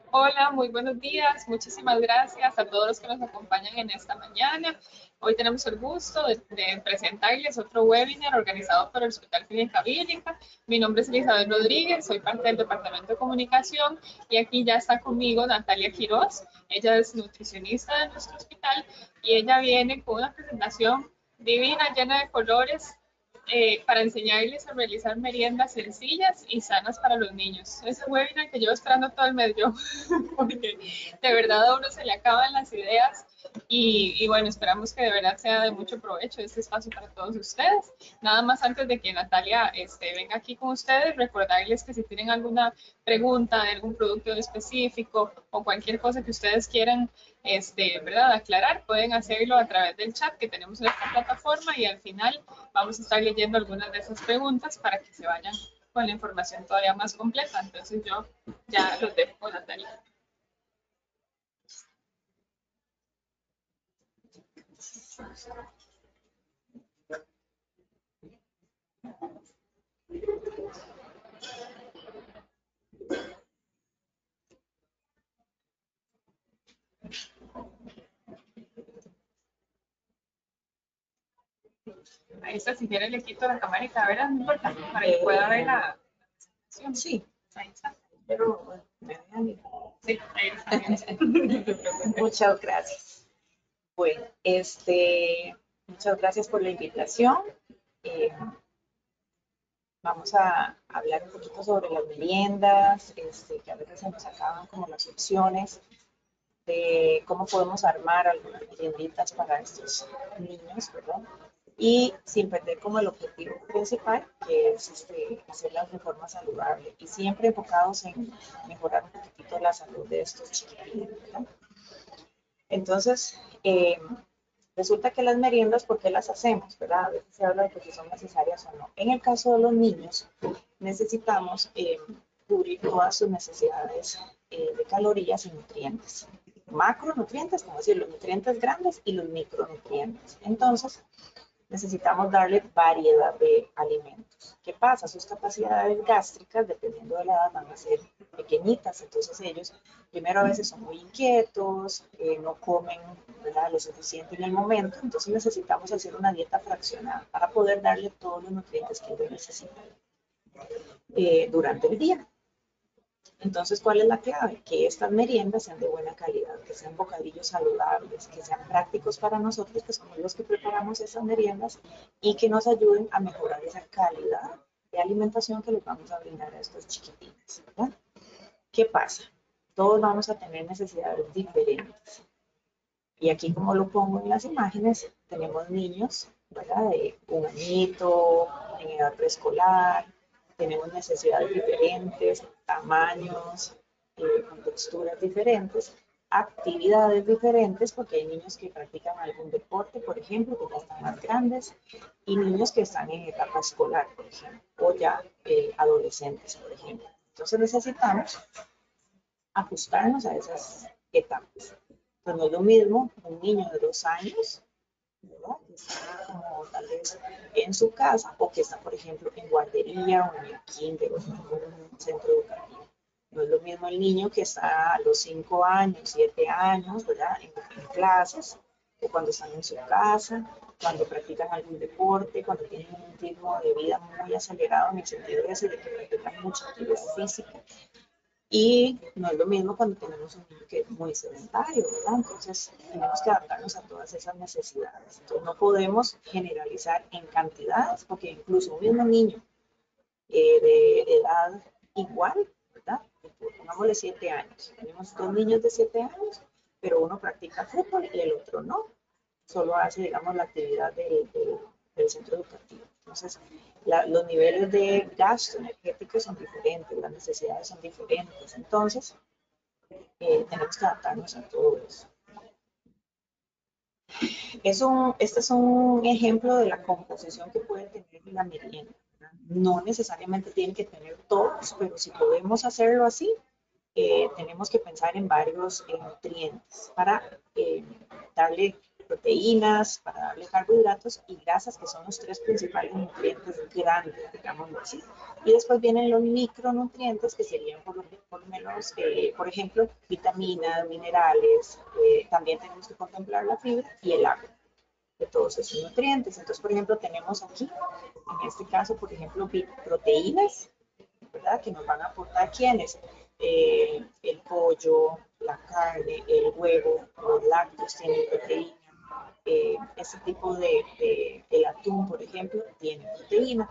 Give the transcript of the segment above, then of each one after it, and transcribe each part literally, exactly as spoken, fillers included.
Hola, muy buenos días. Muchísimas gracias a todos los que nos acompañan en esta mañana. Hoy tenemos el gusto de, de presentarles otro webinar organizado por el Hospital Clínica Bíblica. Mi nombre es Elizabeth Rodríguez, soy parte del Departamento de Comunicación y aquí ya está conmigo Natalia Quiroz. Ella es nutricionista de nuestro hospital y ella viene con una presentación divina, llena de colores, eh, para enseñarles a realizar meriendas sencillas y sanas para los niños. Es un webinar que llevo esperando todo el mes yo, porque de verdad a uno se le acaban las ideas y, y, bueno, esperamos que de verdad sea de mucho provecho este espacio para todos ustedes. Nada más antes de que Natalia este, venga aquí con ustedes, recordarles que si tienen alguna pregunta de algún producto en específico o cualquier cosa que ustedes quieran este, ¿verdad? aclarar, pueden hacerlo a través del chat que tenemos en esta plataforma y al final vamos a estar leyendo algunas de esas preguntas para que se vayan con la información todavía más completa. Entonces yo ya los dejo con Natalia. Ahí está, si quiere le quito la cámara y cabrera, no importa, para que pueda ver la presentación. Sí, Ahí está. pero bueno, me vean. Sí, ahí está. Muchas gracias. Bueno, este, muchas gracias por la invitación. Eh, vamos a hablar un poquito sobre las meriendas, este, que a veces se nos acaban como las opciones de cómo podemos armar algunas merienditas para estos niños, ¿verdad? Y sin perder como el objetivo principal, que es este, hacer las reformas saludables y siempre enfocados en mejorar un poquitito la salud de estos chiquitines, ¿verdad? Entonces, eh, resulta que las meriendas, ¿por qué las hacemos? ¿Verdad? A veces se habla de que si son necesarias o no. En el caso de los niños, necesitamos eh, cubrir todas sus necesidades eh, de calorías y nutrientes. Macronutrientes, como decir, los nutrientes grandes y los micronutrientes. Entonces, necesitamos darle variedad de alimentos. ¿Qué pasa? Sus capacidades gástricas, dependiendo de la edad, van a ser pequeñitas. Entonces ellos, primero a veces son muy inquietos, eh, no comen, ¿verdad?, lo suficiente en el momento. Entonces necesitamos hacer una dieta fraccionada para poder darle todos los nutrientes que ellos necesitan eh, durante el día. Entonces, ¿cuál es la clave? Que estas meriendas sean de buena calidad, que sean bocadillos saludables, que sean prácticos para nosotros, que somos los que preparamos esas meriendas, y que nos ayuden a mejorar esa calidad de alimentación que les vamos a brindar a estos chiquitines, ¿verdad? ¿Qué pasa? Todos vamos a tener necesidades diferentes. Y aquí, como lo pongo en las imágenes, tenemos niños, ¿verdad?, de un añito, en edad preescolar, tenemos necesidades diferentes, tamaños, eh, con texturas diferentes, actividades diferentes, porque hay niños que practican algún deporte, por ejemplo, que ya están más grandes, y niños que están en etapa escolar, por ejemplo, o ya eh, adolescentes, por ejemplo. Entonces necesitamos ajustarnos a esas etapas. Pues no es lo mismo un niño de dos años, ¿verdad?, que está como tal vez en su casa o que está, por ejemplo, en guardería o en el kinder o en un centro educativo. No es lo mismo el niño que está a los cinco años, siete años, ¿verdad?, en, en clases, o cuando están en su casa, cuando practican algún deporte, cuando tienen un ritmo de vida muy acelerado en el sentido de, ese, de que practican mucha actividad física. Y no es lo mismo cuando tenemos un niño que es muy sedentario, ¿verdad? Entonces tenemos que adaptarnos a todas esas necesidades. Entonces no podemos generalizar en cantidades, porque incluso un mismo niño eh, de edad igual, ¿verdad? Pongámosle siete años. Tenemos dos niños de siete años, pero uno practica fútbol y el otro no. Solo hace, digamos, la actividad del, del, del centro educativo. Entonces, la, los niveles de gasto energético son diferentes, las necesidades son diferentes. Entonces, eh, tenemos que adaptarnos a todo eso. Es un, este es un ejemplo de la composición que puede tener la merienda. No necesariamente tienen que tener todos, pero si podemos hacerlo así, eh, tenemos que pensar en varios eh, nutrientes para eh, darle proteínas para darle carbohidratos y grasas, que son los tres principales nutrientes grandes, digámoslo así. Y después vienen los micronutrientes, que serían por lo, por lo menos, eh, por ejemplo, vitaminas, minerales. Eh, también tenemos que contemplar la fibra y el agua de todos esos nutrientes. Entonces, por ejemplo, tenemos aquí, en este caso, por ejemplo, proteínas, ¿verdad? Que nos van a aportar quiénes, eh, el pollo, la carne, el huevo, los lácteos tienen proteína, eh, ese tipo de, de, el atún, por ejemplo, tiene proteína.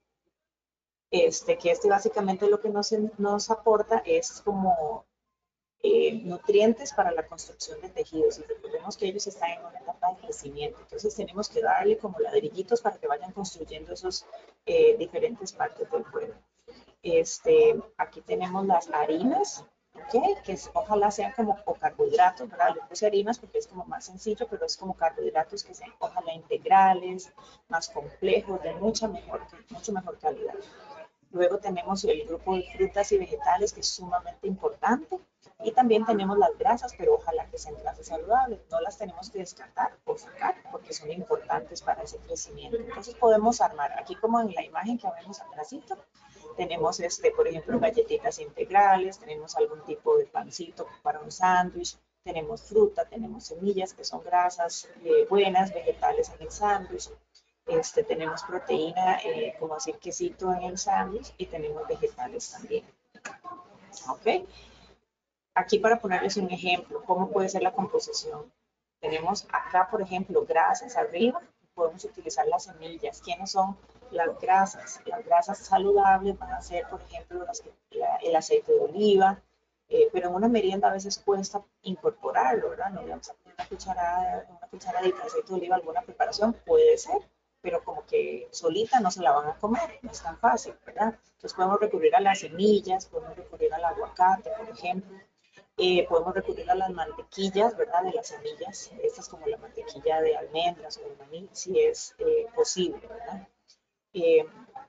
Este, que este básicamente lo que nos, nos aporta es como eh, nutrientes para la construcción de tejidos. Y recordemos que ellos están en una etapa de crecimiento. Entonces tenemos que darle como ladrillitos para que vayan construyendo esos eh, diferentes partes del cuerpo. Este, aquí tenemos las harinas, ¿ok? Que es, ojalá sean como o carbohidratos, ¿verdad? Le puse harinas porque es como más sencillo, pero es como carbohidratos que sean ojalá integrales, más complejos, de mucha mejor, mucho mejor calidad. Luego tenemos el grupo de frutas y vegetales, que es sumamente importante. Y también tenemos las grasas, pero ojalá que sean grasas saludables. No las tenemos que descartar o sacar porque son importantes para ese crecimiento. Entonces podemos armar, aquí como en la imagen que vemos atrásito, tenemos, este, por ejemplo, galletitas integrales, tenemos algún tipo de pancito para un sándwich, tenemos fruta, tenemos semillas que son grasas eh, buenas, vegetales en el sándwich. Este, tenemos proteína, eh, como decir quesito en el sándwich, y tenemos vegetales también. ¿Ok? Aquí para ponerles un ejemplo, ¿cómo puede ser la composición? Tenemos acá, por ejemplo, grasas arriba, podemos utilizar las semillas. ¿Quiénes son las grasas? Las grasas saludables van a ser, por ejemplo, las, la, el aceite de oliva, eh, pero en una merienda a veces cuesta incorporarlo, ¿verdad? No le vamos a poner una cucharada, una cucharadita de aceite de oliva a alguna preparación, puede ser, pero como que solita no se la van a comer, no es tan fácil, ¿verdad? Entonces podemos recurrir a las semillas, podemos recurrir al aguacate, por ejemplo. Eh, podemos recurrir a las mantequillas, ¿verdad? De las semillas, estas como la mantequilla de almendras o de maní, si es eh, posible, ¿verdad? Eh,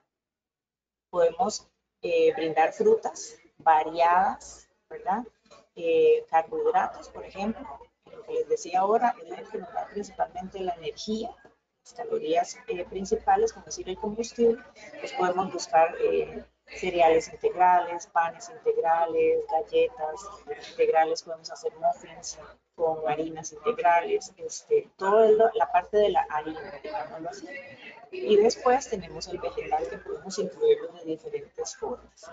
podemos eh, brindar frutas variadas, ¿verdad? Eh, carbohidratos, por ejemplo, lo que les decía ahora, es el que nos da principalmente la energía, las calorías eh, principales, como decir el combustible, pues podemos buscar eh, cereales integrales, panes integrales, galletas integrales, podemos hacer muffins con harinas integrales, este, toda la parte de la harina, digámoslo así. Y después tenemos el vegetal, que podemos incluirlo de diferentes formas.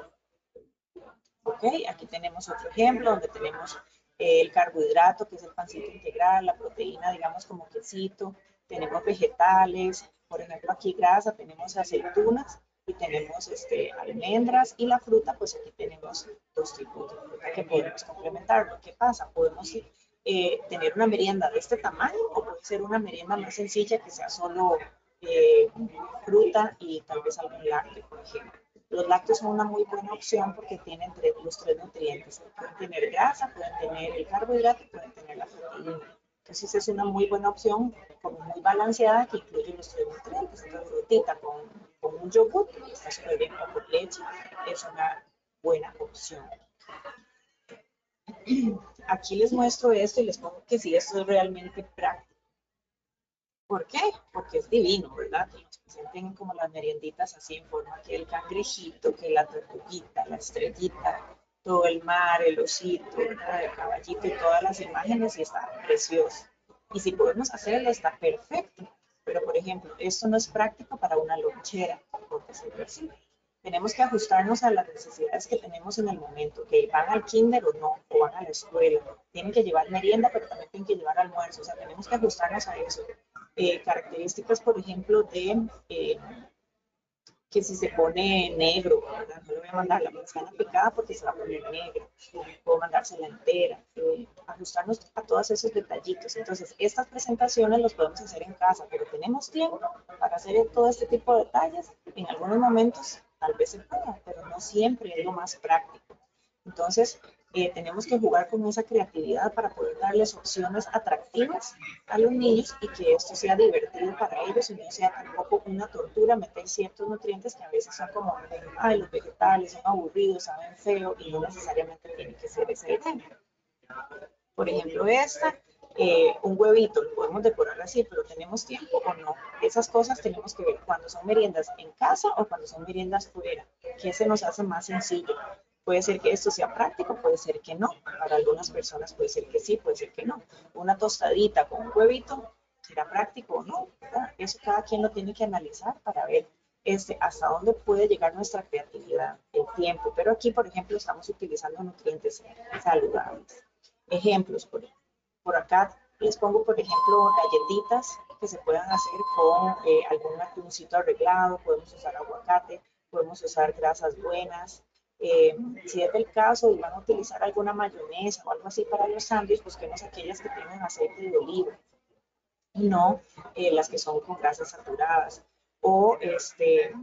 Ok, aquí tenemos otro ejemplo donde tenemos eh, el carbohidrato, que es el pancito integral, la proteína, digamos, como quesito, tenemos vegetales, por ejemplo, aquí grasa, tenemos aceitunas y tenemos este, almendras, y la fruta, pues aquí tenemos dos tipos de fruta que podemos complementar. ¿Qué pasa? Podemos eh, tener una merienda de este tamaño, o puede ser una merienda más sencilla que sea solo eh, fruta y tal vez algún lácteo, por ejemplo. Los lácteos son una muy buena opción porque tienen los tres nutrientes. Pueden tener grasa, pueden tener el carbohidrato y pueden tener la proteína. Entonces es una muy buena opción, como muy balanceada, que incluye los tres nutrientes. Entonces, frutita con, con un yogur, que está súper bien, o con leche, es una buena opción. Aquí les muestro esto y les pongo que sí, esto es realmente práctico. ¿Por qué? Porque es divino, ¿verdad? Que nos presenten como las merienditas así en forma que el cangrejito, que la tortuguita, la estrellita, todo el mar, el osito, ¿verdad? El caballito y todas las imágenes, y está precioso. Y si podemos hacerlo, está perfecto. Pero, por ejemplo, esto no es práctico para una lonchera, por decirlo así. Tenemos que ajustarnos a las necesidades que tenemos en el momento, que van al kinder o no, o van a la escuela. Tienen que llevar merienda, pero también tienen que llevar almuerzo. O sea, tenemos que ajustarnos a eso. Eh, características, por ejemplo, de eh, que si se pone negro, ¿verdad? No le voy a mandar la manzana picada porque se va a poner negra, puedo mandársela entera, eh, ajustarnos a todos esos detallitos. Entonces, estas presentaciones las podemos hacer en casa, pero tenemos tiempo para hacer todo este tipo de detalles. En algunos momentos tal vez se pueda, pero no siempre es lo más práctico. Entonces, eh, tenemos que jugar con esa creatividad para poder darles opciones atractivas a los niños y que esto sea divertido para ellos y no sea tampoco una tortura meter ciertos nutrientes que a veces son como, ay, los vegetales son aburridos, saben feo, y no necesariamente tiene que ser ese ejemplo. Por ejemplo, esta, Eh, un huevito lo podemos decorar así, pero ¿tenemos tiempo o no? Esas cosas tenemos que ver cuando son meriendas en casa o cuando son meriendas fuera. ¿Qué se nos hace más sencillo? Puede ser que esto sea práctico, puede ser que no. Para algunas personas puede ser que sí, puede ser que no. Una tostadita con un huevito, ¿será práctico o no? ¿Verdad? Eso cada quien lo tiene que analizar para ver este, hasta dónde puede llegar nuestra creatividad, el tiempo. Pero aquí, por ejemplo, estamos utilizando nutrientes saludables. Ejemplos, por ejemplo. Por acá les pongo, por ejemplo, galletitas que se puedan hacer con eh, algún atuncito arreglado, podemos usar aguacate, podemos usar grasas buenas. Eh, si es el caso y van a utilizar alguna mayonesa o algo así para los sándwiches, busquemos aquellas que tengan aceite de oliva y no eh, las que son con grasas saturadas. O este,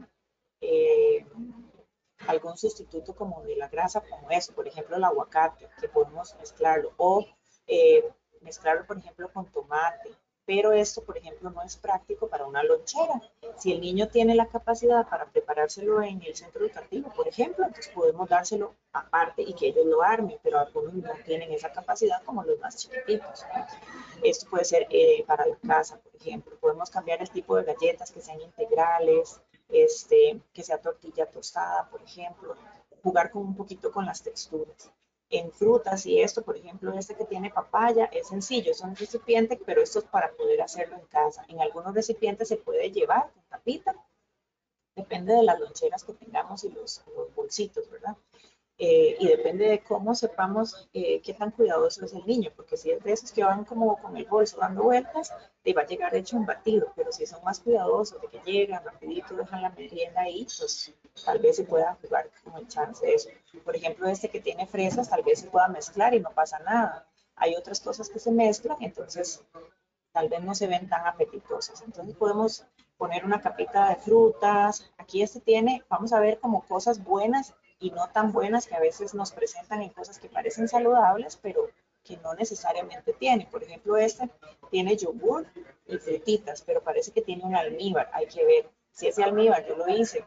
eh, algún sustituto como de la grasa, como eso, por ejemplo, el aguacate, que podemos mezclarlo, o eh, mezclarlo, por ejemplo, con tomate. Pero esto, por ejemplo, no es práctico para una lonchera. Si el niño tiene la capacidad para preparárselo en el centro educativo, por ejemplo, entonces podemos dárselo aparte y que ellos lo armen, pero algunos no tienen esa capacidad como los más chiquititos. Esto puede ser eh, para la casa, por ejemplo. Podemos cambiar el tipo de galletas que sean integrales, este, que sea tortilla tostada, por ejemplo. Jugar con un poquito con las texturas. En frutas y esto, por ejemplo, este que tiene papaya, es sencillo, es un recipiente, pero esto es para poder hacerlo en casa. En algunos recipientes se puede llevar con tapita, depende de las loncheras que tengamos y los, los bolsitos, ¿verdad? Eh, y depende de cómo sepamos eh, qué tan cuidadoso es el niño, porque si es de esos que van como con el bolso dando vueltas, te va a llegar hecho un batido, pero si son más cuidadosos de que llegan rapidito, dejan la merienda ahí, pues tal vez se pueda jugar con el chance de eso. Por ejemplo, este que tiene fresas, tal vez se pueda mezclar y no pasa nada. Hay otras cosas que se mezclan, entonces tal vez no se ven tan apetitosas. Entonces podemos poner una capita de frutas. Aquí este tiene, vamos a ver como cosas buenas y no tan buenas que a veces nos presentan en cosas que parecen saludables, pero que no necesariamente tiene. Por ejemplo, este tiene yogur y frutitas, pero parece que tiene un almíbar. Hay que ver si ese almíbar yo lo hice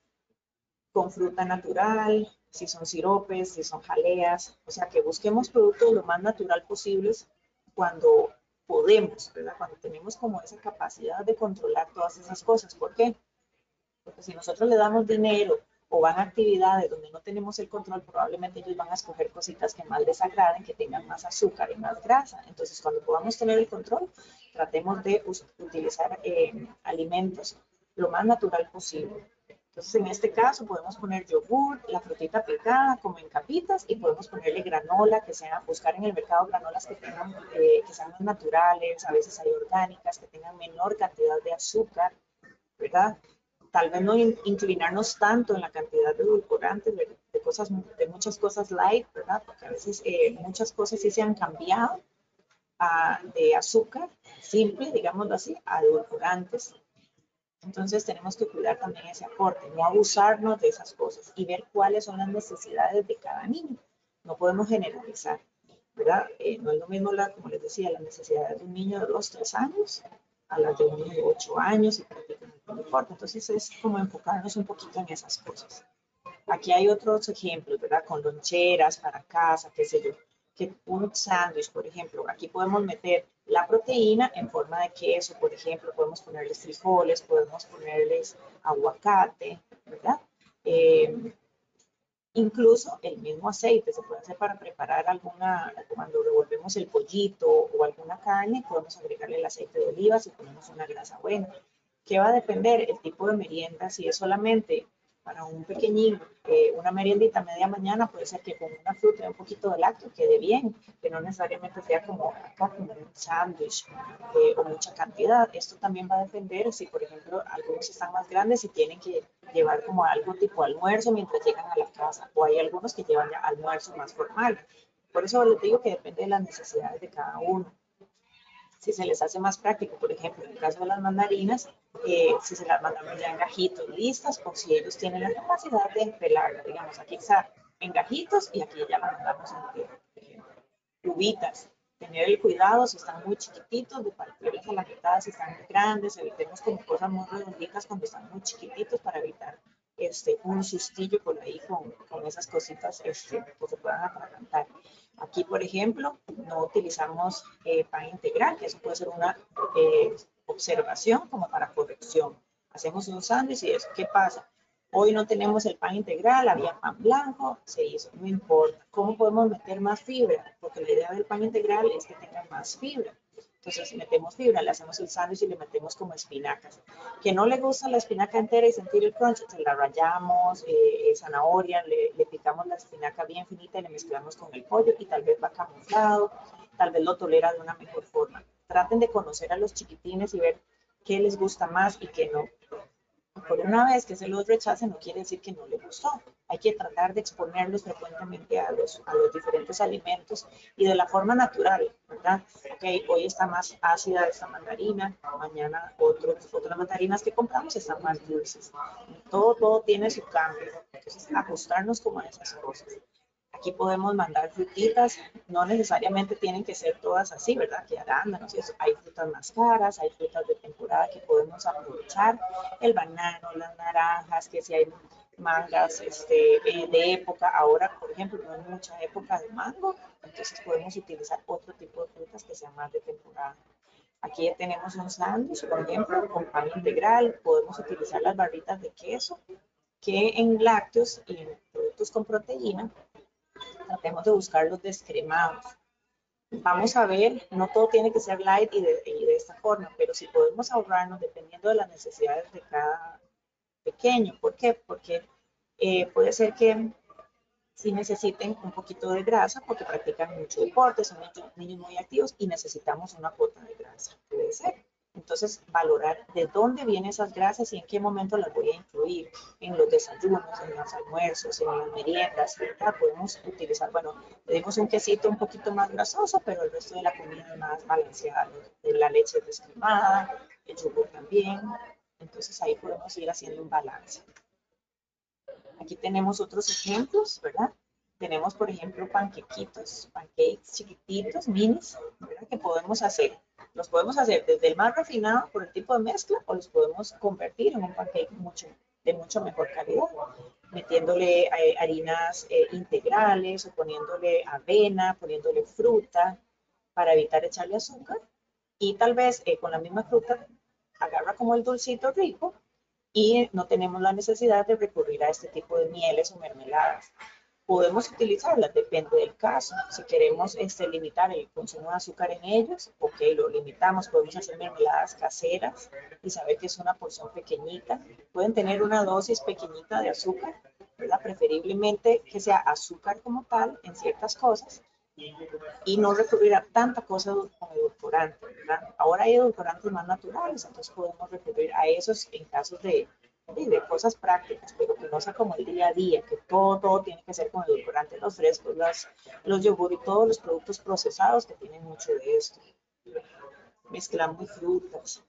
con fruta natural, si son siropes, si son jaleas, o sea, que busquemos productos lo más natural posibles cuando podemos, ¿verdad? Cuando tenemos como esa capacidad de controlar todas esas cosas. ¿Por qué? Porque si nosotros le damos dinero o van a actividades donde no tenemos el control, probablemente ellos van a escoger cositas que más les agraden, que tengan más azúcar y más grasa. Entonces, cuando podamos tener el control, tratemos de utilizar eh, alimentos lo más natural posible. Entonces, en este caso, podemos poner yogur, la frutita picada, como en capitas, y podemos ponerle granola, que sea, buscar en el mercado granolas que tengan, eh, que sean más naturales, a veces hay orgánicas, que tengan menor cantidad de azúcar, ¿verdad? Tal vez no in, inclinarnos tanto en la cantidad de edulcorantes, de, de, cosas, de muchas cosas light, ¿verdad? Porque a veces eh, muchas cosas sí se han cambiado a, de azúcar simple, digámoslo así, a edulcorantes. Entonces tenemos que cuidar también ese aporte, no abusarnos de esas cosas y ver cuáles son las necesidades de cada niño. No podemos generalizar, ¿verdad? Eh, no es lo mismo, la, como les decía, las necesidades de un niño de dos, tres años a las de un niño de ocho años y prácticamente no importa. Entonces es como enfocarnos un poquito en esas cosas. Aquí hay otros ejemplos, ¿verdad? Con loncheras para casa, qué sé yo. Que un sándwich, por ejemplo, aquí podemos meter la proteína en forma de queso, por ejemplo, podemos ponerles frijoles, podemos ponerles aguacate, ¿verdad? Eh, incluso el mismo aceite se puede hacer para preparar alguna, cuando revolvemos el pollito o alguna carne, podemos agregarle el aceite de oliva si ponemos una grasa buena. ¿Qué va a depender? El tipo de merienda, si es solamente para un pequeñín, eh, una meriendita media mañana, puede ser que con una fruta y un poquito de lácteo quede bien, que no necesariamente sea como acá, como un sándwich eh, o mucha cantidad. Esto también va a depender si, por ejemplo, algunos están más grandes y tienen que llevar como algo tipo almuerzo mientras llegan a la casa, o hay algunos que llevan ya almuerzo más formal. Por eso les digo que depende de las necesidades de cada uno. Si se les hace más práctico, por ejemplo, en el caso de las mandarinas, eh, si se las mandamos ya en gajitos listas o si ellos tienen la capacidad de pelarla, digamos, aquí está en gajitos y aquí ya la mandamos en cubitas. Tener el cuidado si están muy chiquititos, de partirlas a la mitad si están muy grandes, evitemos como cosas muy redonditas cuando están muy chiquititos para evitar este, un sustillo por ahí con, con esas cositas este, que se puedan atragantar. Aquí, por ejemplo, no utilizamos eh, pan integral, que eso puede ser una eh, observación como para corrección. Hacemos un sándwich y eso, ¿qué pasa? Hoy no tenemos el pan integral, había pan blanco, se hizo, no importa. ¿Cómo podemos meter más fibra? Porque la idea del pan integral es que tenga más fibra. Entonces metemos fibra, le hacemos el sándwich y le metemos como espinacas. Que no le gusta la espinaca entera y sentir el crunch, se la rallamos, eh, zanahoria, le, le picamos la espinaca bien finita y le mezclamos con el pollo y tal vez va camuflado, tal vez lo tolera de una mejor forma. Traten de conocer a los chiquitines y ver qué les gusta más y qué no. Por una vez que se los rechace no quiere decir que no le gustó. Hay que tratar de exponerlos frecuentemente a los, a los diferentes alimentos y de la forma natural, ¿verdad? Ok, hoy está más ácida esta mandarina, mañana otros, otras mandarinas que compramos están más dulces. Todo, todo tiene su cambio. Entonces, ajustarnos como a esas cosas. Aquí podemos mandar frutitas, no necesariamente tienen que ser todas así, ¿verdad? Que arándanos y eso. Hay frutas más caras, hay frutas de temporada que podemos aprovechar, el banano, las naranjas, que si hay mangas este, eh, de época, ahora por ejemplo no hay mucha época de mango, entonces podemos utilizar otro tipo de frutas que sean más de temporada. Aquí ya tenemos un sándwich, por ejemplo, con pan integral, podemos utilizar las barritas de queso, que en lácteos y en productos con proteína tratemos de buscar los descremados. Vamos a ver, no todo tiene que ser light y de, y de esta forma, pero si podemos ahorrarnos dependiendo de las necesidades de cada pequeño. ¿Por qué? Porque eh, puede ser que si necesiten un poquito de grasa porque practican mucho deporte, son niños, niños muy activos y necesitamos una cuota de grasa. Puede ser. Entonces, valorar de dónde vienen esas grasas y en qué momento las voy a incluir en los desayunos, en los almuerzos, en las meriendas, ¿verdad? Podemos utilizar, bueno, le dimos un quesito un poquito más grasoso, pero el resto de la comida es más balanceada. La leche descremada, el yogur también. Entonces, ahí podemos ir haciendo un balance. Aquí tenemos otros ejemplos, ¿verdad? Tenemos, por ejemplo, panquequitos, pancakes chiquititos, minis, ¿verdad? Que podemos hacer. Los podemos hacer desde el más refinado por el tipo de mezcla o los podemos convertir en un pancake mucho, de mucho mejor calidad, metiéndole eh, harinas eh, integrales o poniéndole avena, poniéndole fruta para evitar echarle azúcar. Y tal vez eh, con la misma fruta agarra como el dulcito rico y no tenemos la necesidad de recurrir a este tipo de mieles o mermeladas. Podemos utilizarlas, depende del caso. Si queremos este, limitar el consumo de azúcar en ellos, ok, lo limitamos. Podemos hacer mermeladas caseras y saber que es una porción pequeñita. Pueden tener una dosis pequeñita de azúcar, ¿verdad? Preferiblemente que sea azúcar como tal en ciertas cosas y no recurrir a tanta cosa con edulcorante, ¿verdad? Ahora hay edulcorantes más naturales, entonces podemos recurrir a esos en casos de, de, de cosas prácticas, pero que no sea como el día a día, que todo, todo tiene que ser con edulcorante, los frescos, las, los yogur y todos los productos procesados que tienen mucho de esto. Mezclamos frutas.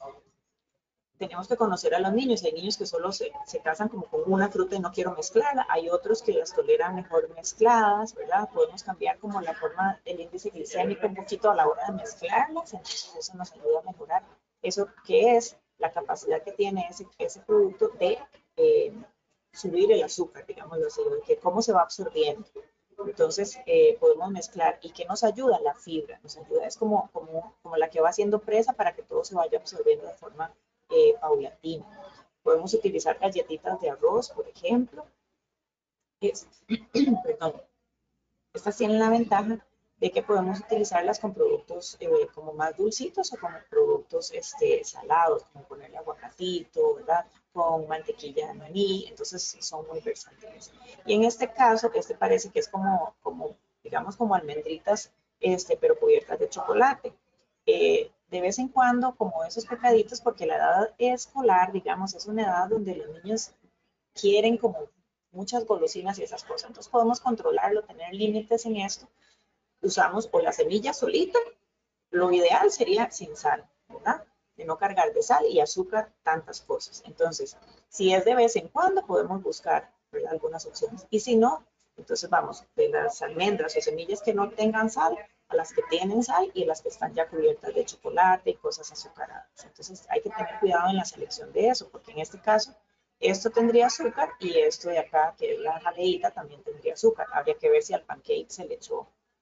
Tenemos que conocer a los niños. Hay niños que solo se, se casan como con una fruta y no quiero mezclarla. Hay otros que las toleran mejor mezcladas, ¿verdad? Podemos cambiar como la forma, el índice glicémico un poquito a la hora de mezclarlas. Entonces eso nos ayuda a mejorar. Eso que es la capacidad que tiene ese, ese producto de eh, subir el azúcar, digámoslo así, de que cómo se va absorbiendo. Entonces eh, podemos mezclar. ¿Y qué nos ayuda? La fibra. Nos ayuda, es como, como, como la que va haciendo presa para que todo se vaya absorbiendo de forma Eh, paulatina. Podemos utilizar galletitas de arroz, por ejemplo. Es, perdón. Estas tienen la ventaja de que podemos utilizarlas con productos eh, como más dulcitos o como productos este, salados, como ponerle aguacatito, ¿verdad? Con mantequilla de maní, entonces son muy versátiles. Y en este caso, este parece que es como, como digamos, como almendritas, este, pero cubiertas de chocolate. Eh, de vez en cuando, como esos pecaditos, porque la edad escolar, digamos, es una edad donde los niños quieren como muchas golosinas y esas cosas. Entonces podemos controlarlo, tener límites en esto. Usamos o la semilla solita, lo ideal sería sin sal, ¿verdad? De no cargar de sal y azúcar tantas cosas. Entonces, si es de vez en cuando, podemos buscar, ¿verdad?, algunas opciones. Y si no, entonces vamos de las almendras o semillas que no tengan sal a las que tienen sal y las que están ya cubiertas de chocolate y cosas azucaradas. Entonces hay que tener cuidado en la selección de eso, porque en este caso esto tendría azúcar y esto de acá, que es la jaleíta, también tendría azúcar. Habría que ver si al pancake se le echó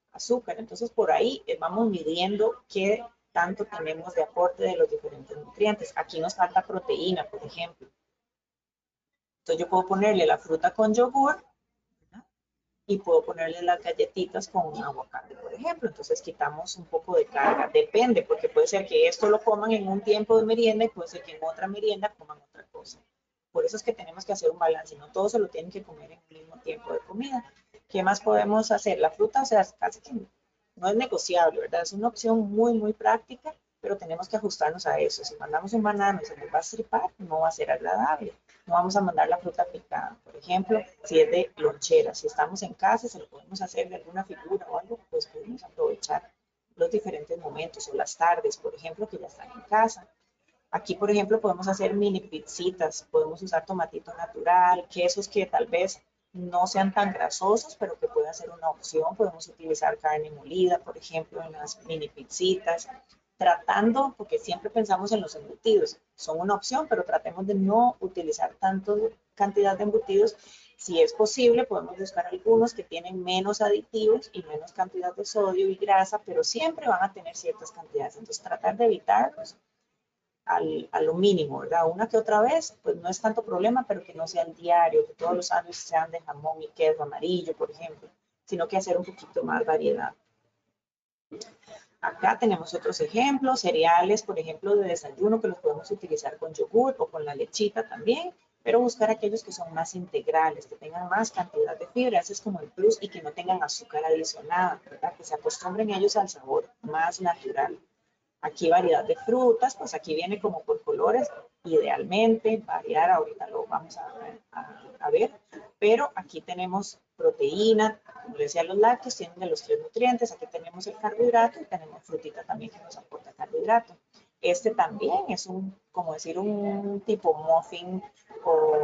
azúcar. Entonces, por ahí eh, vamos midiendo qué tanto tenemos de aporte de los diferentes nutrientes. Aquí nos falta proteína, por ejemplo. Entonces, yo puedo ponerle la fruta con yogur, ¿verdad? Y puedo ponerle las galletitas con un aguacate, por ejemplo. Entonces quitamos un poco de carga. Depende, porque puede ser que esto lo coman en un tiempo de merienda y puede ser que en otra merienda coman otra cosa. Por eso es que tenemos que hacer un balance, no todo se lo tienen que comer en el mismo tiempo de comida. ¿Qué más podemos hacer? La fruta, o sea, casi que no es negociable, ¿verdad? Es una opción muy, muy práctica, pero tenemos que ajustarnos a eso. Si mandamos un banano y se nos va a estripar, no va a ser agradable. No vamos a mandar la fruta picada. Por ejemplo, si es de lonchera, si estamos en casa, se lo podemos hacer de alguna figura o algo, pues podemos aprovechar los diferentes momentos o las tardes, por ejemplo, que ya están en casa. Aquí, por ejemplo, podemos hacer mini pizzitas, podemos usar tomatito natural, quesos que tal vez no sean tan grasosos, pero que puedan ser una opción. Podemos utilizar carne molida, por ejemplo, en las mini pizzitas, tratando, porque siempre pensamos en los embutidos, son una opción, pero tratemos de no utilizar tanta cantidad de embutidos. Si es posible, podemos buscar algunos que tienen menos aditivos y menos cantidad de sodio y grasa, pero siempre van a tener ciertas cantidades. Entonces, tratar de evitarlos al, a lo mínimo, ¿verdad? Una que otra vez, pues no es tanto problema, pero que no sea el diario, que todos los sándwiches sean de jamón y queso amarillo, por ejemplo, sino que hacer un poquito más variedad. Acá tenemos otros ejemplos, cereales, por ejemplo, de desayuno que los podemos utilizar con yogur o con la lechita también, pero buscar aquellos que son más integrales, que tengan más cantidad de fibra, ese es como el plus, y que no tengan azúcar adicionada, ¿verdad? Que se acostumbren ellos al sabor más natural. Aquí variedad de frutas, pues aquí viene como por colores, idealmente, variar, ahorita lo vamos a, a, a ver, pero aquí tenemos proteína, como les decía, los lácteos tienen de los tres nutrientes, aquí tenemos el carbohidrato y tenemos frutita también que nos aporta carbohidrato. Este también es un, como decir, un tipo muffin o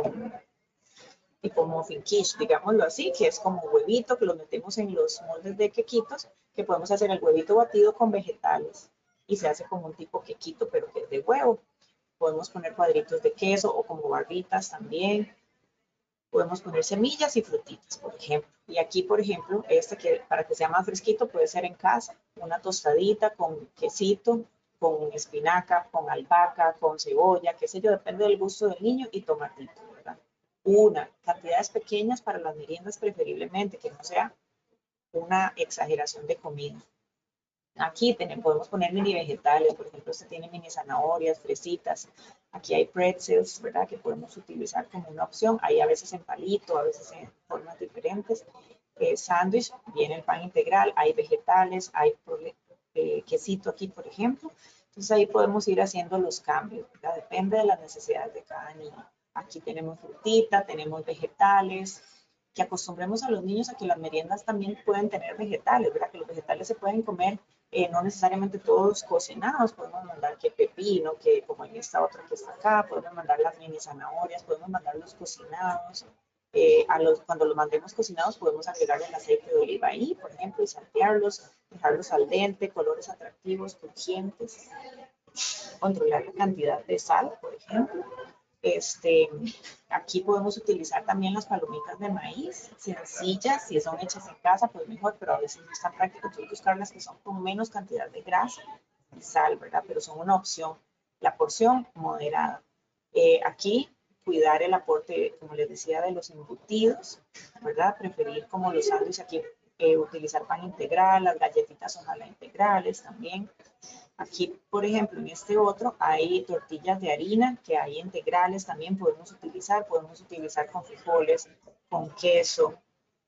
tipo muffin quiche, digámoslo así, que es como huevito que lo metemos en los moldes de quequitos, que podemos hacer el huevito batido con vegetales y se hace como un tipo quequito, pero que es de huevo. Podemos poner cuadritos de queso o como barritas también. Podemos poner semillas y frutitas, por ejemplo. Y aquí, por ejemplo, este que para que sea más fresquito puede ser en casa, una tostadita con quesito, con espinaca, con albahaca, con cebolla, qué sé yo, depende del gusto del niño y tomatito, ¿verdad? Una, cantidades pequeñas para las meriendas preferiblemente, que no sea una exageración de comida. Aquí tenemos, podemos poner mini vegetales, por ejemplo, este tiene mini zanahorias, fresitas. Aquí hay pretzels, ¿verdad? Que podemos utilizar como una opción. Hay a veces en palito, a veces en formas diferentes. Eh, sándwich, viene el pan integral, hay vegetales, hay eh, quesito aquí, por ejemplo. Entonces ahí podemos ir haciendo los cambios, ¿verdad? Depende de las necesidades de cada niño. Aquí tenemos frutita, tenemos vegetales, que acostumbremos a los niños a que las meriendas también pueden tener vegetales, ¿verdad? Que los vegetales se pueden comer eh, no necesariamente todos cocinados, podemos mandar que pepino, que como en esta otra que está acá, podemos mandar las mini zanahorias, podemos mandarlos cocinados. Eh, a los, cuando los mandemos cocinados podemos agregarle el aceite de oliva ahí, por ejemplo, y saltearlos, dejarlos al dente, colores atractivos, crujientes, controlar la cantidad de sal, por ejemplo. Este, aquí podemos utilizar también las palomitas de maíz, sencillas, si son hechas en casa, pues mejor, pero a veces no es tan práctico, entonces buscar las que son con menos cantidad de grasa y sal, ¿verdad? Pero son una opción, la porción moderada. Eh, aquí, cuidar el aporte, como les decía, de los embutidos, ¿verdad? Preferir como los sándwiches aquí, eh, utilizar pan integral, las galletitas ojalá integrales también. Aquí, por ejemplo, en este otro hay tortillas de harina que hay integrales, también podemos utilizar, podemos utilizar con frijoles, con queso,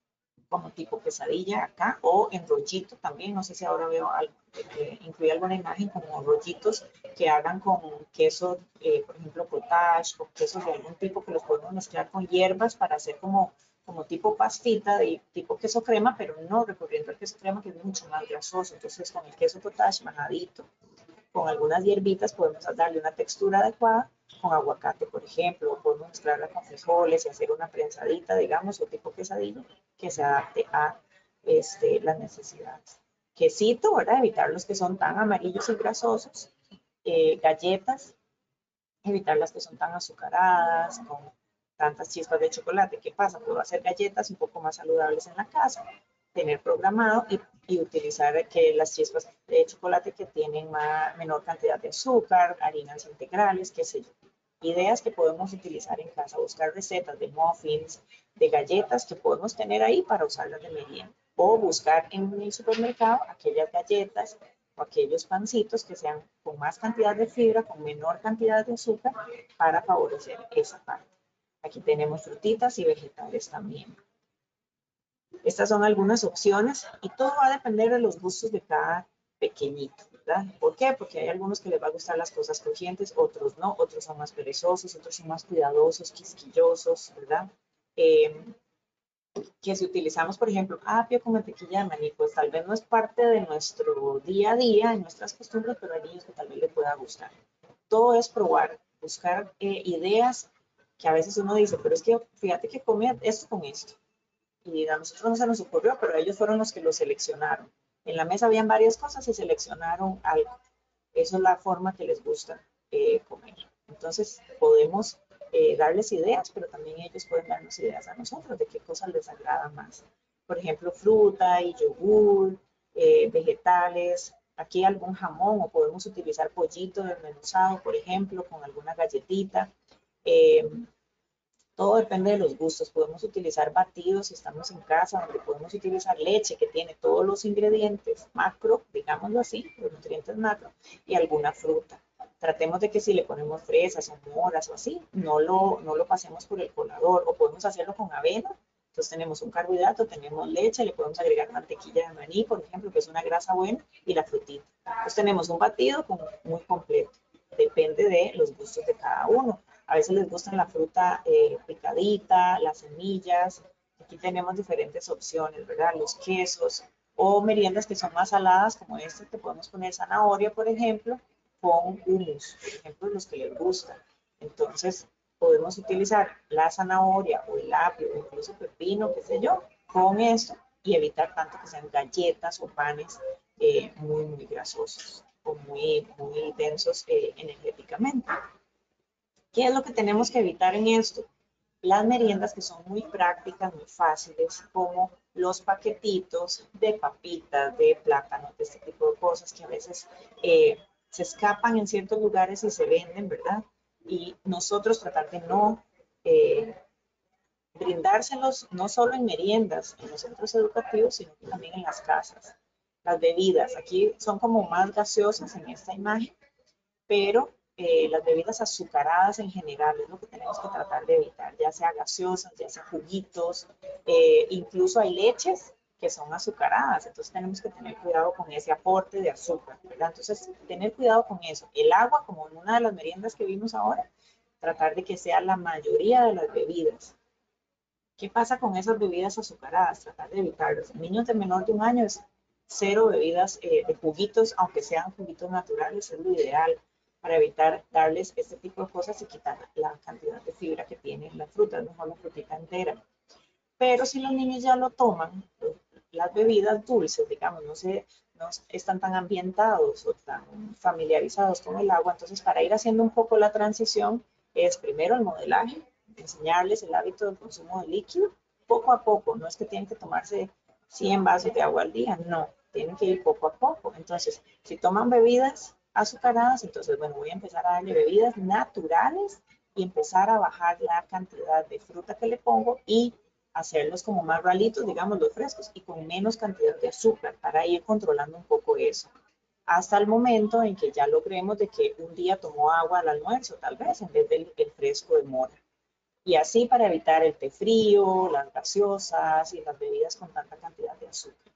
como tipo quesadilla acá, o en rollito también, no sé si ahora veo algo, eh, incluye alguna imagen como rollitos que hagan con queso, eh, por ejemplo, cottage, o quesos de algún tipo que los podemos mezclar con hierbas para hacer como, como tipo pastita, de tipo queso crema, pero no recurriendo al queso crema que es mucho más grasoso, entonces con el queso cottage majadito, con algunas hierbitas podemos darle una textura adecuada, con aguacate, por ejemplo, o podemos mezclarla con frijoles y hacer una prensadita, digamos, o tipo quesadillo, que se adapte a este, las necesidades. Quesito, ¿verdad? Evitar los que son tan amarillos y grasosos. Eh, galletas, evitar las que son tan azucaradas, con tantas chispas de chocolate. ¿Qué pasa? Puedo hacer galletas un poco más saludables en la casa, tener programado y y utilizar que las chispas de chocolate que tienen más, menor cantidad de azúcar, harinas integrales, qué sé yo. Ideas que podemos utilizar en casa, buscar recetas de muffins, de galletas que podemos tener ahí para usarlas de merienda. O buscar en el supermercado aquellas galletas o aquellos pancitos que sean con más cantidad de fibra, con menor cantidad de azúcar, para favorecer esa parte. Aquí tenemos frutitas y vegetales también. Estas son algunas opciones y todo va a depender de los gustos de cada pequeñito, ¿verdad? ¿Por qué? Porque hay algunos que les va a gustar las cosas crujientes, otros no, otros son más perezosos, otros son más cuidadosos, quisquillosos, ¿verdad? Eh, que si utilizamos, por ejemplo, apio con mantequilla de maní, pues tal vez no es parte de nuestro día a día, en nuestras costumbres, pero hay niños que tal vez les pueda gustar. Todo es probar, buscar eh, ideas que a veces uno dice, pero es que fíjate que come esto con esto. Y a nosotros no se nos ocurrió, pero ellos fueron los que lo seleccionaron. En la mesa habían varias cosas y seleccionaron algo. Eso es la forma que les gusta eh, comer. Entonces podemos eh, darles ideas, pero también ellos pueden darnos ideas a nosotros de qué cosas les agrada más. Por ejemplo, fruta y yogur, eh, vegetales, aquí algún jamón o podemos utilizar pollito desmenuzado, por ejemplo, con alguna galletita. Eh, todo depende de los gustos. Podemos utilizar batidos si estamos en casa, donde podemos utilizar leche que tiene todos los ingredientes macro, digámoslo así, los nutrientes macro, y alguna fruta. Tratemos de que si le ponemos fresas o moras o así, no lo, no lo pasemos por el colador, o podemos hacerlo con avena. Entonces tenemos un carbohidrato, tenemos leche, le podemos agregar mantequilla de maní, por ejemplo, que es una grasa buena, y la frutita. Entonces tenemos un batido muy completo. Depende de los gustos de cada uno. A veces les gustan la fruta eh, picadita, las semillas. Aquí tenemos diferentes opciones, ¿verdad? Los quesos o meriendas que son más saladas, como esta, que podemos poner zanahoria, por ejemplo, con hummus, por ejemplo, los que les gusta. Entonces, podemos utilizar la zanahoria o el apio o incluso pepino, qué sé yo, con esto y evitar tanto que sean galletas o panes eh, muy, muy grasosos o muy, muy densos eh, energéticamente. ¿Qué es lo que tenemos que evitar en esto? Las meriendas que son muy prácticas, muy fáciles, como los paquetitos de papitas, de plátanos, de este tipo de cosas que a veces eh, se escapan en ciertos lugares y se venden, ¿verdad? Y nosotros tratar de no eh, brindárselos, no solo en meriendas, en los centros educativos, sino también en las casas. Las bebidas, aquí son como más gaseosas en esta imagen, pero eh, las bebidas azucaradas en general es lo que tenemos que tratar de evitar, ya sea gaseosas, ya sea juguitos, eh, incluso hay leches que son azucaradas, entonces tenemos que tener cuidado con ese aporte de azúcar, ¿verdad? Entonces, tener cuidado con eso. El agua, como en una de las meriendas que vimos ahora, tratar de que sea la mayoría de las bebidas. ¿Qué pasa con esas bebidas azucaradas? Tratar de evitarlas. En niños de menor de un año es cero bebidas eh, de juguitos, aunque sean juguitos naturales, es lo ideal para evitar darles este tipo de cosas y quitar la cantidad de fibra que tiene la fruta, es mejor la frutita entera. Pero si los niños ya lo toman, las bebidas dulces, digamos, no, se, no están tan ambientados o tan familiarizados con el agua, entonces para ir haciendo un poco la transición es primero el modelaje, enseñarles el hábito del consumo de líquido, poco a poco, no es que tienen que tomarse cien vasos de agua al día, no, tienen que ir poco a poco. Entonces, si toman bebidas azucaradas, entonces, bueno, voy a empezar a darle bebidas naturales y empezar a bajar la cantidad de fruta que le pongo y hacerlos como más ralitos, digamos, los frescos, y con menos cantidad de azúcar para ir controlando un poco eso. Hasta el momento en que ya logremos de que un día tomó agua al almuerzo, tal vez, en vez del el fresco de mora. Y así para evitar el té frío, las gaseosas y las bebidas con tanta cantidad de azúcar.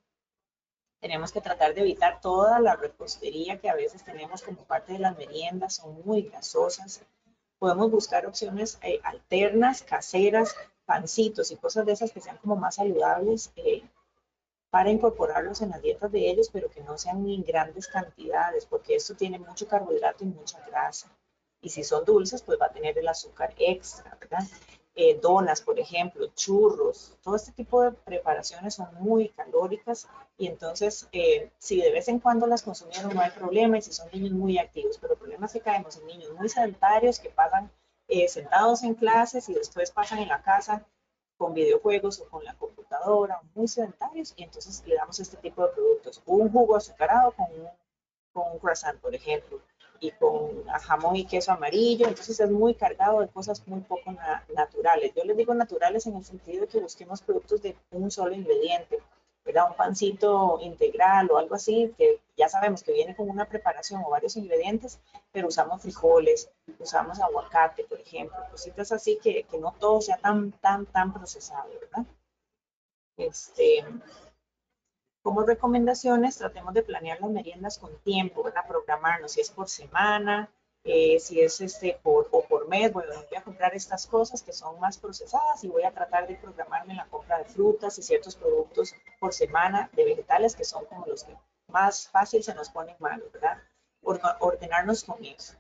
Tenemos que tratar de evitar toda la repostería que a veces tenemos como parte de las meriendas, son muy grasosas. Podemos buscar opciones eh, alternas, caseras, pancitos y cosas de esas que sean como más saludables eh, para incorporarlos en las dietas de ellos, pero que no sean en grandes cantidades, porque esto tiene mucho carbohidrato y mucha grasa. Y si son dulces, pues va a tener el azúcar extra, ¿verdad? Eh, donas, por ejemplo, churros, todo este tipo de preparaciones son muy calóricas y entonces eh, si de vez en cuando las consumieron no hay problema y si son niños muy activos, pero el problema es que caemos en niños muy sedentarios que pasan eh, sentados en clases y después pasan en la casa con videojuegos o con la computadora, muy sedentarios, y entonces le damos este tipo de productos. Un jugo azucarado con un, con un croissant, por ejemplo, y con jamón y queso amarillo, entonces es muy cargado de cosas muy poco na naturales. Yo les digo naturales en el sentido de que busquemos productos de un solo ingrediente, ¿verdad? Un pancito integral o algo así, que ya sabemos que viene con una preparación o varios ingredientes, pero usamos frijoles, usamos aguacate, por ejemplo, cositas así que, que no todo sea tan, tan, tan procesado, ¿verdad? Este, como recomendaciones, tratemos de planear las meriendas con tiempo, ¿verdad? Programarnos, si es por semana, eh, si es este por, o por mes, bueno, voy a comprar estas cosas que son más procesadas y voy a tratar de programarme en la compra de frutas y ciertos productos por semana de vegetales que son como los que más fácil se nos ponen malos, ¿verdad? Ordenarnos con eso.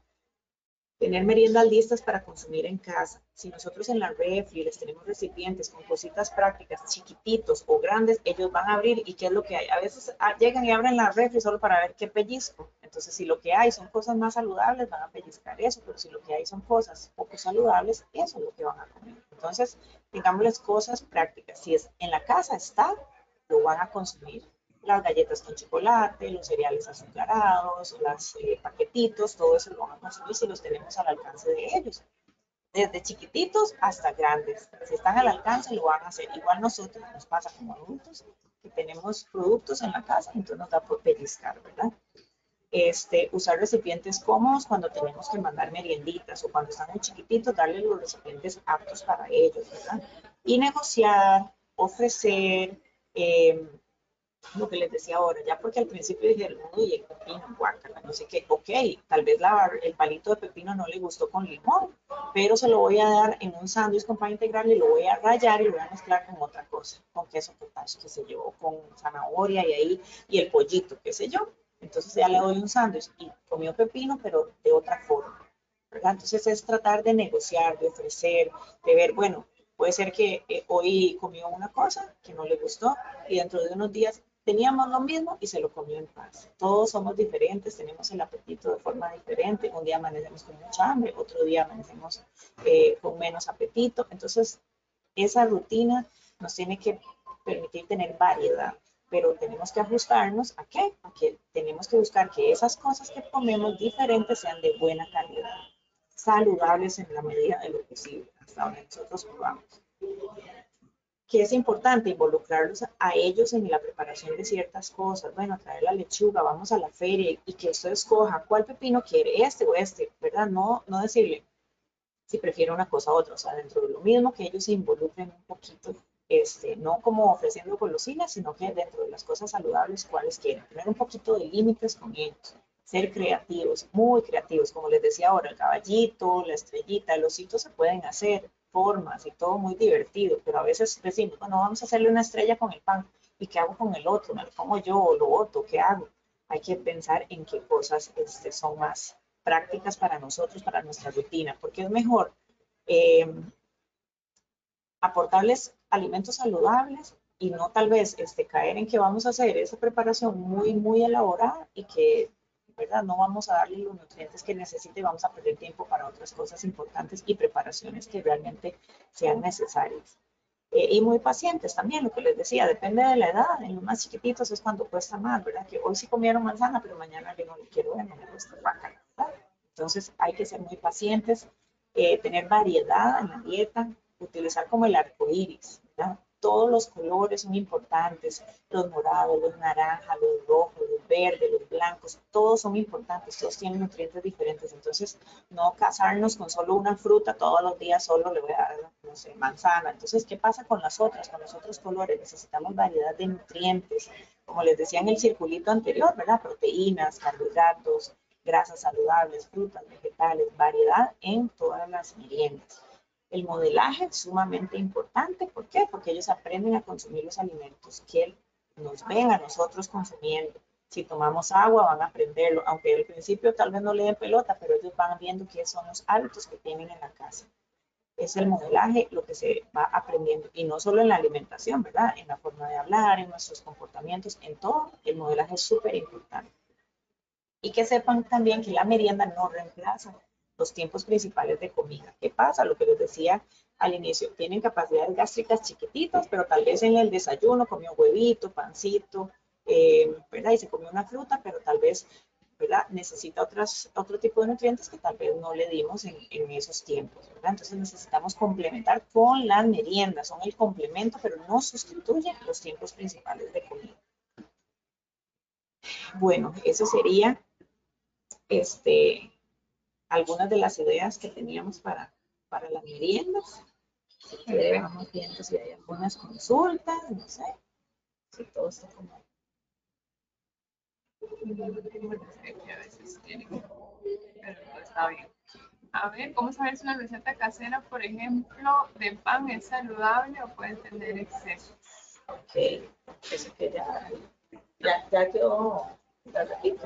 Tener meriendas listas para consumir en casa. Si nosotros en la refri les tenemos recipientes con cositas prácticas, chiquititos o grandes, ellos van a abrir y qué es lo que hay. A veces llegan y abren la refri solo para ver qué pellizco. Entonces, si lo que hay son cosas más saludables, van a pellizcar eso, pero si lo que hay son cosas poco saludables, eso es lo que van a comer. Entonces, digámosles cosas prácticas. Si es en la casa está, lo van a consumir. Las galletas con chocolate, los cereales azucarados, los eh, paquetitos, todo eso lo van a consumir si los tenemos al alcance de ellos. Desde chiquititos hasta grandes. Si están al alcance, lo van a hacer. Igual nosotros nos pasa como adultos, que tenemos productos en la casa, entonces nos da por pellizcar, ¿verdad? Este, usar recipientes cómodos cuando tenemos que mandar merienditas o cuando están muy chiquititos, darles los recipientes aptos para ellos, ¿verdad? Y negociar, ofrecer, eh, lo que les decía ahora, ya porque al principio dijeron, uy, el pepino, guácala, no sé qué, ok, tal vez la, el palito de pepino no le gustó con limón, pero se lo voy a dar en un sándwich con pan integral y lo voy a rallar y lo voy a mezclar con otra cosa, con queso cottage, qué sé yo, con zanahoria y ahí, y el pollito, qué sé yo. Entonces ya le doy un sándwich y comió pepino, pero de otra forma, ¿verdad? Entonces es tratar de negociar, de ofrecer, de ver, bueno, puede ser que eh, hoy comió una cosa que no le gustó y dentro de unos días teníamos lo mismo y se lo comió en paz. Todos somos diferentes, tenemos el apetito de forma diferente. Un día amanecemos con mucha hambre, otro día amanecemos eh, con menos apetito. Entonces, esa rutina nos tiene que permitir tener variedad, pero tenemos que ajustarnos a qué? A que tenemos que buscar que esas cosas que comemos diferentes sean de buena calidad, saludables en la medida de lo posible, hasta donde nosotros podamos. Que es importante involucrarlos a ellos en la preparación de ciertas cosas. Bueno, traer la lechuga, vamos a la feria y que usted escoja cuál pepino quiere, este o este, ¿verdad? No, no decirle si prefiere una cosa u otra, o sea, dentro de lo mismo que ellos se involucren un poquito, este, no como ofreciendo golosinas, sino que dentro de las cosas saludables, cuáles quieren. Tener un poquito de límites con ellos. Ser creativos, muy creativos, como les decía ahora, el caballito, la estrellita, el osito se pueden hacer, formas y todo muy divertido, pero a veces decimos, bueno, vamos a hacerle una estrella con el pan, ¿y qué hago con el otro? ¿Me lo como yo o lo otro? ¿Qué hago? Hay que pensar en qué cosas este, son más prácticas para nosotros, para nuestra rutina, porque es mejor eh, aportarles alimentos saludables y no tal vez este, caer en que vamos a hacer esa preparación muy, muy elaborada y que, ¿verdad? No vamos a darle los nutrientes que necesite y vamos a perder tiempo para otras cosas importantes y preparaciones que realmente sean necesarias. Eh, y muy pacientes también, lo que les decía, depende de la edad. En los más chiquititos es cuando cuesta más, ¿verdad? Que hoy sí comieron manzana, pero mañana yo no le quiero ver, no me gusta guácala, ¿verdad? Entonces hay que ser muy pacientes, eh, tener variedad en la dieta, utilizar como el arco iris, ¿verdad? Todos los colores son importantes, los morados, los naranjas, los rojos, los verdes, los blancos, todos son importantes, todos tienen nutrientes diferentes, entonces no casarnos con solo una fruta, todos los días solo le voy a dar, no sé, manzana, entonces, ¿qué pasa con las otras, con los otros colores? Necesitamos variedad de nutrientes, como les decía en el circulito anterior, ¿verdad? Proteínas, carbohidratos, grasas saludables, frutas, vegetales, variedad en todas las meriendas. El modelaje es sumamente importante. ¿Por qué? Porque ellos aprenden a consumir los alimentos que nos ven a nosotros consumiendo. Si tomamos agua, van a aprenderlo. Aunque al principio tal vez no le den pelota, pero ellos van viendo qué son los hábitos que tienen en la casa. Es el modelaje lo que se va aprendiendo. Y no solo en la alimentación, ¿verdad? En la forma de hablar, en nuestros comportamientos, en todo. El modelaje es súper importante. Y que sepan también que la merienda no reemplaza los tiempos principales de comida. ¿Qué pasa? Lo que les decía al inicio. Tienen capacidades gástricas chiquititas, pero tal vez en el desayuno comió huevito, pancito, eh, ¿verdad? Y se comió una fruta, pero tal vez, ¿verdad? Necesita otras, otro tipo de nutrientes que tal vez no le dimos en, en esos tiempos, ¿verdad? Entonces necesitamos complementar con las meriendas, son el complemento, pero no sustituyen los tiempos principales de comida. Bueno, eso sería este, algunas de las ideas que teníamos para, para las meriendas. Si quiere, vamos viendo si hay algunas consultas, no sé, si todo está como... A veces tiene, pero no está bien. A ver, ¿cómo saber si una receta casera, por ejemplo, de pan es saludable o puede tener excesos? Ok, eso que ya, ya, ya quedó, la repito.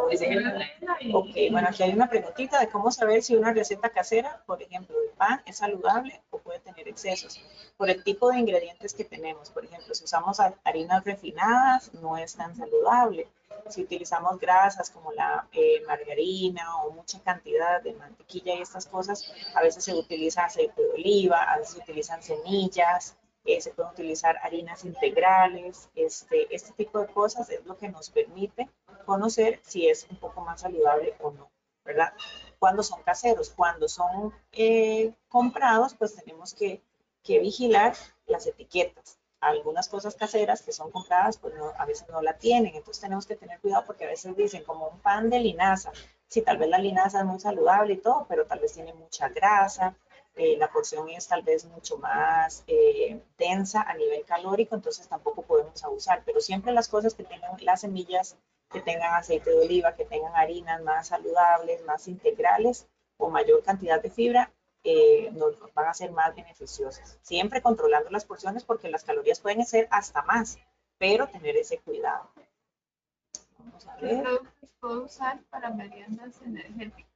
Ok, bueno, aquí hay una preguntita de cómo saber si una receta casera, por ejemplo, de pan, es saludable o puede tener excesos. Por el tipo de ingredientes que tenemos. Por ejemplo, si usamos harinas refinadas, no es tan saludable. Si utilizamos grasas como la eh, margarina o mucha cantidad de mantequilla y estas cosas, a veces se utiliza aceite de oliva, a veces se utilizan semillas, eh, se pueden utilizar harinas integrales, este, este tipo de cosas es lo que nos permite conocer si es un poco más saludable o no, ¿verdad? Cuando son caseros, cuando son eh, comprados, pues tenemos que, que vigilar las etiquetas. Algunas cosas caseras que son compradas, pues no, a veces no la tienen, entonces tenemos que tener cuidado porque a veces dicen como un pan de linaza, sí, tal vez la linaza es muy saludable y todo, pero tal vez tiene mucha grasa, eh, la porción es tal vez mucho más eh, densa a nivel calórico, entonces tampoco podemos abusar, pero siempre las cosas que tengan las semillas, que tengan aceite de oliva, que tengan harinas más saludables, más integrales o mayor cantidad de fibra, eh, nos van a ser más beneficiosas. Siempre controlando las porciones porque las calorías pueden ser hasta más, pero tener ese cuidado. Vamos a ¿Qué ver. productos puedo usar para meriendas energéticas?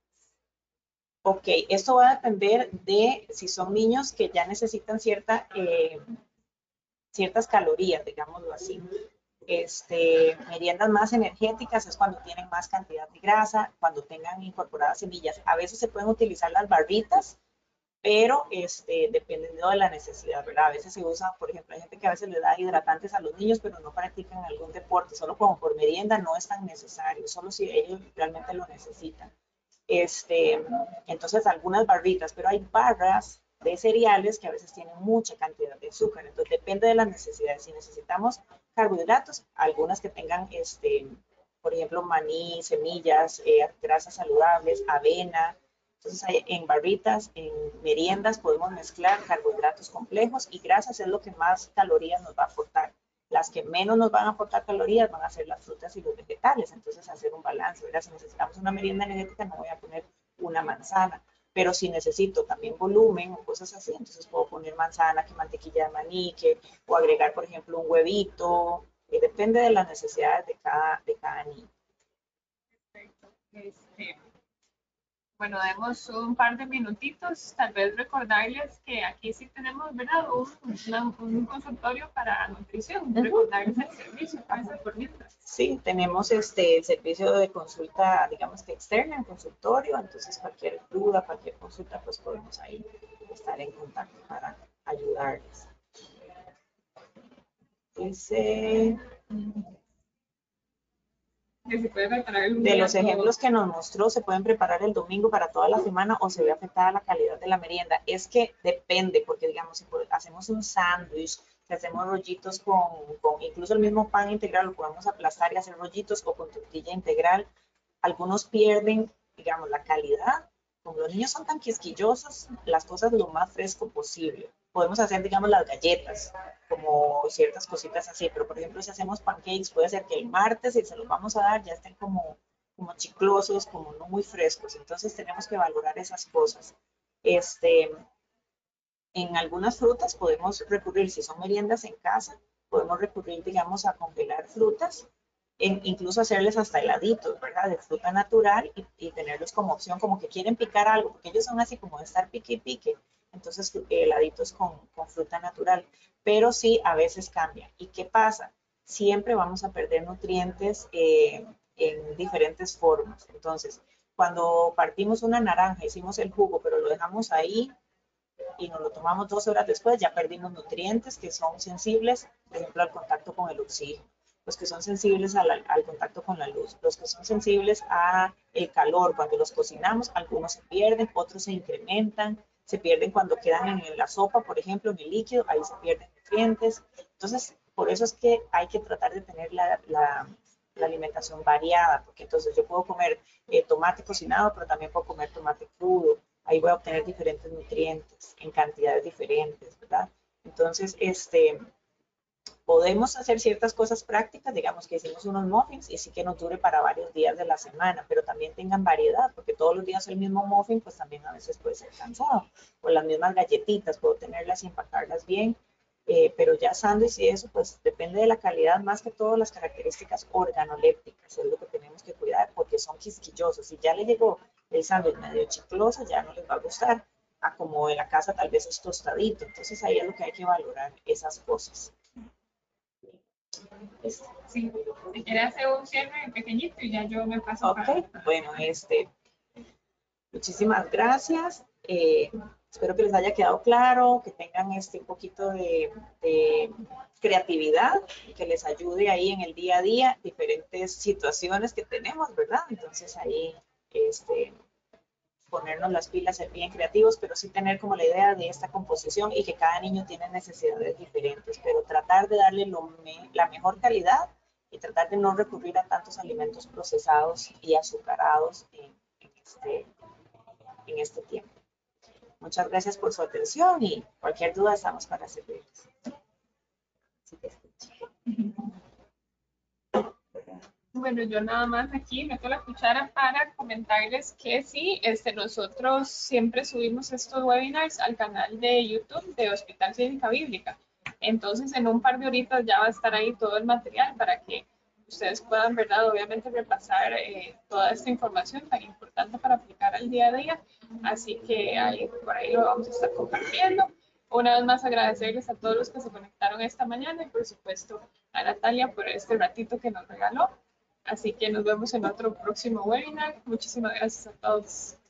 Ok, esto va a depender de si son niños que ya necesitan cierta, eh, ciertas calorías, digámoslo así. Este, meriendas más energéticas es cuando tienen más cantidad de grasa, cuando tengan incorporadas semillas. A veces se pueden utilizar las barritas, pero este, dependiendo de la necesidad, ¿verdad? A veces se usa, por ejemplo, hay gente que a veces le da hidratantes a los niños, pero no practican algún deporte, solo como por merienda no es tan necesario, solo si ellos realmente lo necesitan. Este, entonces, algunas barritas, pero hay barras de cereales que a veces tienen mucha cantidad de azúcar. Entonces, depende de las necesidades. Si necesitamos carbohidratos, algunas que tengan, este, por ejemplo, maní, semillas, eh, grasas saludables, avena. Entonces, hay, en barritas, en meriendas, podemos mezclar carbohidratos complejos y grasas es lo que más calorías nos va a aportar. Las que menos nos van a aportar calorías van a ser las frutas y los vegetales, entonces hacer un balance, ¿verdad? Si necesitamos una merienda energética no voy a poner una manzana, pero si necesito también volumen o cosas así, entonces puedo poner manzana, que mantequilla de maní, que, o agregar, por ejemplo, un huevito, eh, depende de las necesidades de cada, de cada niño. Perfecto. Este, bueno, demos un par de minutitos, tal vez recordarles que aquí sí tenemos, ¿verdad? Un, una, un consultorio para nutrición, uh-huh. Recordarles el servicio, pasa por mientras. Sí, tenemos este el servicio de consulta, digamos que externa, en consultorio, entonces cualquier duda, cualquier consulta, pues podemos ahí estar en contacto para ayudarles. Dice... Que se puede preparar el de los ejemplos que nos mostró, se pueden preparar el domingo para toda la semana o se ve afectada la calidad de la merienda. Es que depende, porque digamos, si hacemos un sándwich, si hacemos rollitos con, con incluso el mismo pan integral, lo podemos aplastar y hacer rollitos o con tortilla integral. Algunos pierden, digamos, la calidad. Como los niños son tan quisquillosos, las cosas lo más fresco posible. Podemos hacer, digamos, las galletas, como ciertas cositas así, pero por ejemplo, si hacemos pancakes, puede ser que el martes, y se los vamos a dar, ya estén como, como chiclosos, como no muy frescos. Entonces tenemos que valorar esas cosas. Este, en algunas frutas podemos recurrir, si son meriendas en casa, podemos recurrir, digamos, a congelar frutas, en, incluso hacerles hasta heladitos, ¿verdad? De fruta natural y, y tenerlos como opción, como que quieren picar algo, porque ellos son así como de estar pique y pique. Entonces, heladitos con, con fruta natural. Pero sí, a veces cambian. ¿Y qué pasa? Siempre vamos a perder nutrientes eh, en diferentes formas. Entonces, cuando partimos una naranja, hicimos el jugo, pero lo dejamos ahí y nos lo tomamos dos horas después, ya perdimos nutrientes que son sensibles, por ejemplo, al contacto con el oxígeno, los que son sensibles al, al contacto con la luz, los que son sensibles al calor, cuando los cocinamos, algunos se pierden, otros se incrementan, se pierden cuando quedan en la sopa, por ejemplo, en el líquido, ahí se pierden nutrientes. Entonces, por eso es que hay que tratar de tener la, la, la alimentación variada, porque entonces yo puedo comer eh, tomate cocinado, pero también puedo comer tomate crudo. Ahí voy a obtener diferentes nutrientes en cantidades diferentes, ¿verdad? Entonces, este, podemos hacer ciertas cosas prácticas, digamos que hicimos unos muffins y sí que nos dure para varios días de la semana, pero también tengan variedad, porque todos los días el mismo muffin, pues también a veces puede ser cansado. O las mismas galletitas, puedo tenerlas y empacarlas bien, eh, pero ya sándwich y eso, pues depende de la calidad, más que todo las características organolépticas, es lo que tenemos que cuidar, porque son quisquillosos. Si ya le llegó el sándwich medio chicloso, ya no les va a gustar, a como en la casa tal vez es tostadito, entonces ahí es lo que hay que valorar esas cosas. Sí, si quiere hacer un cierre pequeñito y ya yo me paso Ok, para... bueno, este, muchísimas gracias. Eh, espero que les haya quedado claro, que tengan este un poquito de, de creatividad y que les ayude ahí en el día a día diferentes situaciones que tenemos, ¿verdad? Entonces ahí este, ponernos las pilas, ser bien creativos, pero sí tener como la idea de esta composición y que cada niño tiene necesidades diferentes, pero tratar de darle lo me, la mejor calidad y tratar de no recurrir a tantos alimentos procesados y azucarados en, en, este, en este tiempo. Muchas gracias por su atención y cualquier duda estamos para servirles. Así que, Bueno, yo nada más aquí meto la cuchara para comentarles que sí, este, nosotros siempre subimos estos webinars al canal de YouTube de Hospital Clínica Bíblica. Entonces, en un par de horitas ya va a estar ahí todo el material para que ustedes puedan, ¿verdad? Obviamente repasar eh, toda esta información tan importante para aplicar al día a día. Así que ahí, por ahí lo vamos a estar compartiendo. Una vez más agradecerles a todos los que se conectaron esta mañana y por supuesto a Natalia por este ratito que nos regaló. Así que nos vemos en otro próximo webinar. Muchísimas gracias a todos.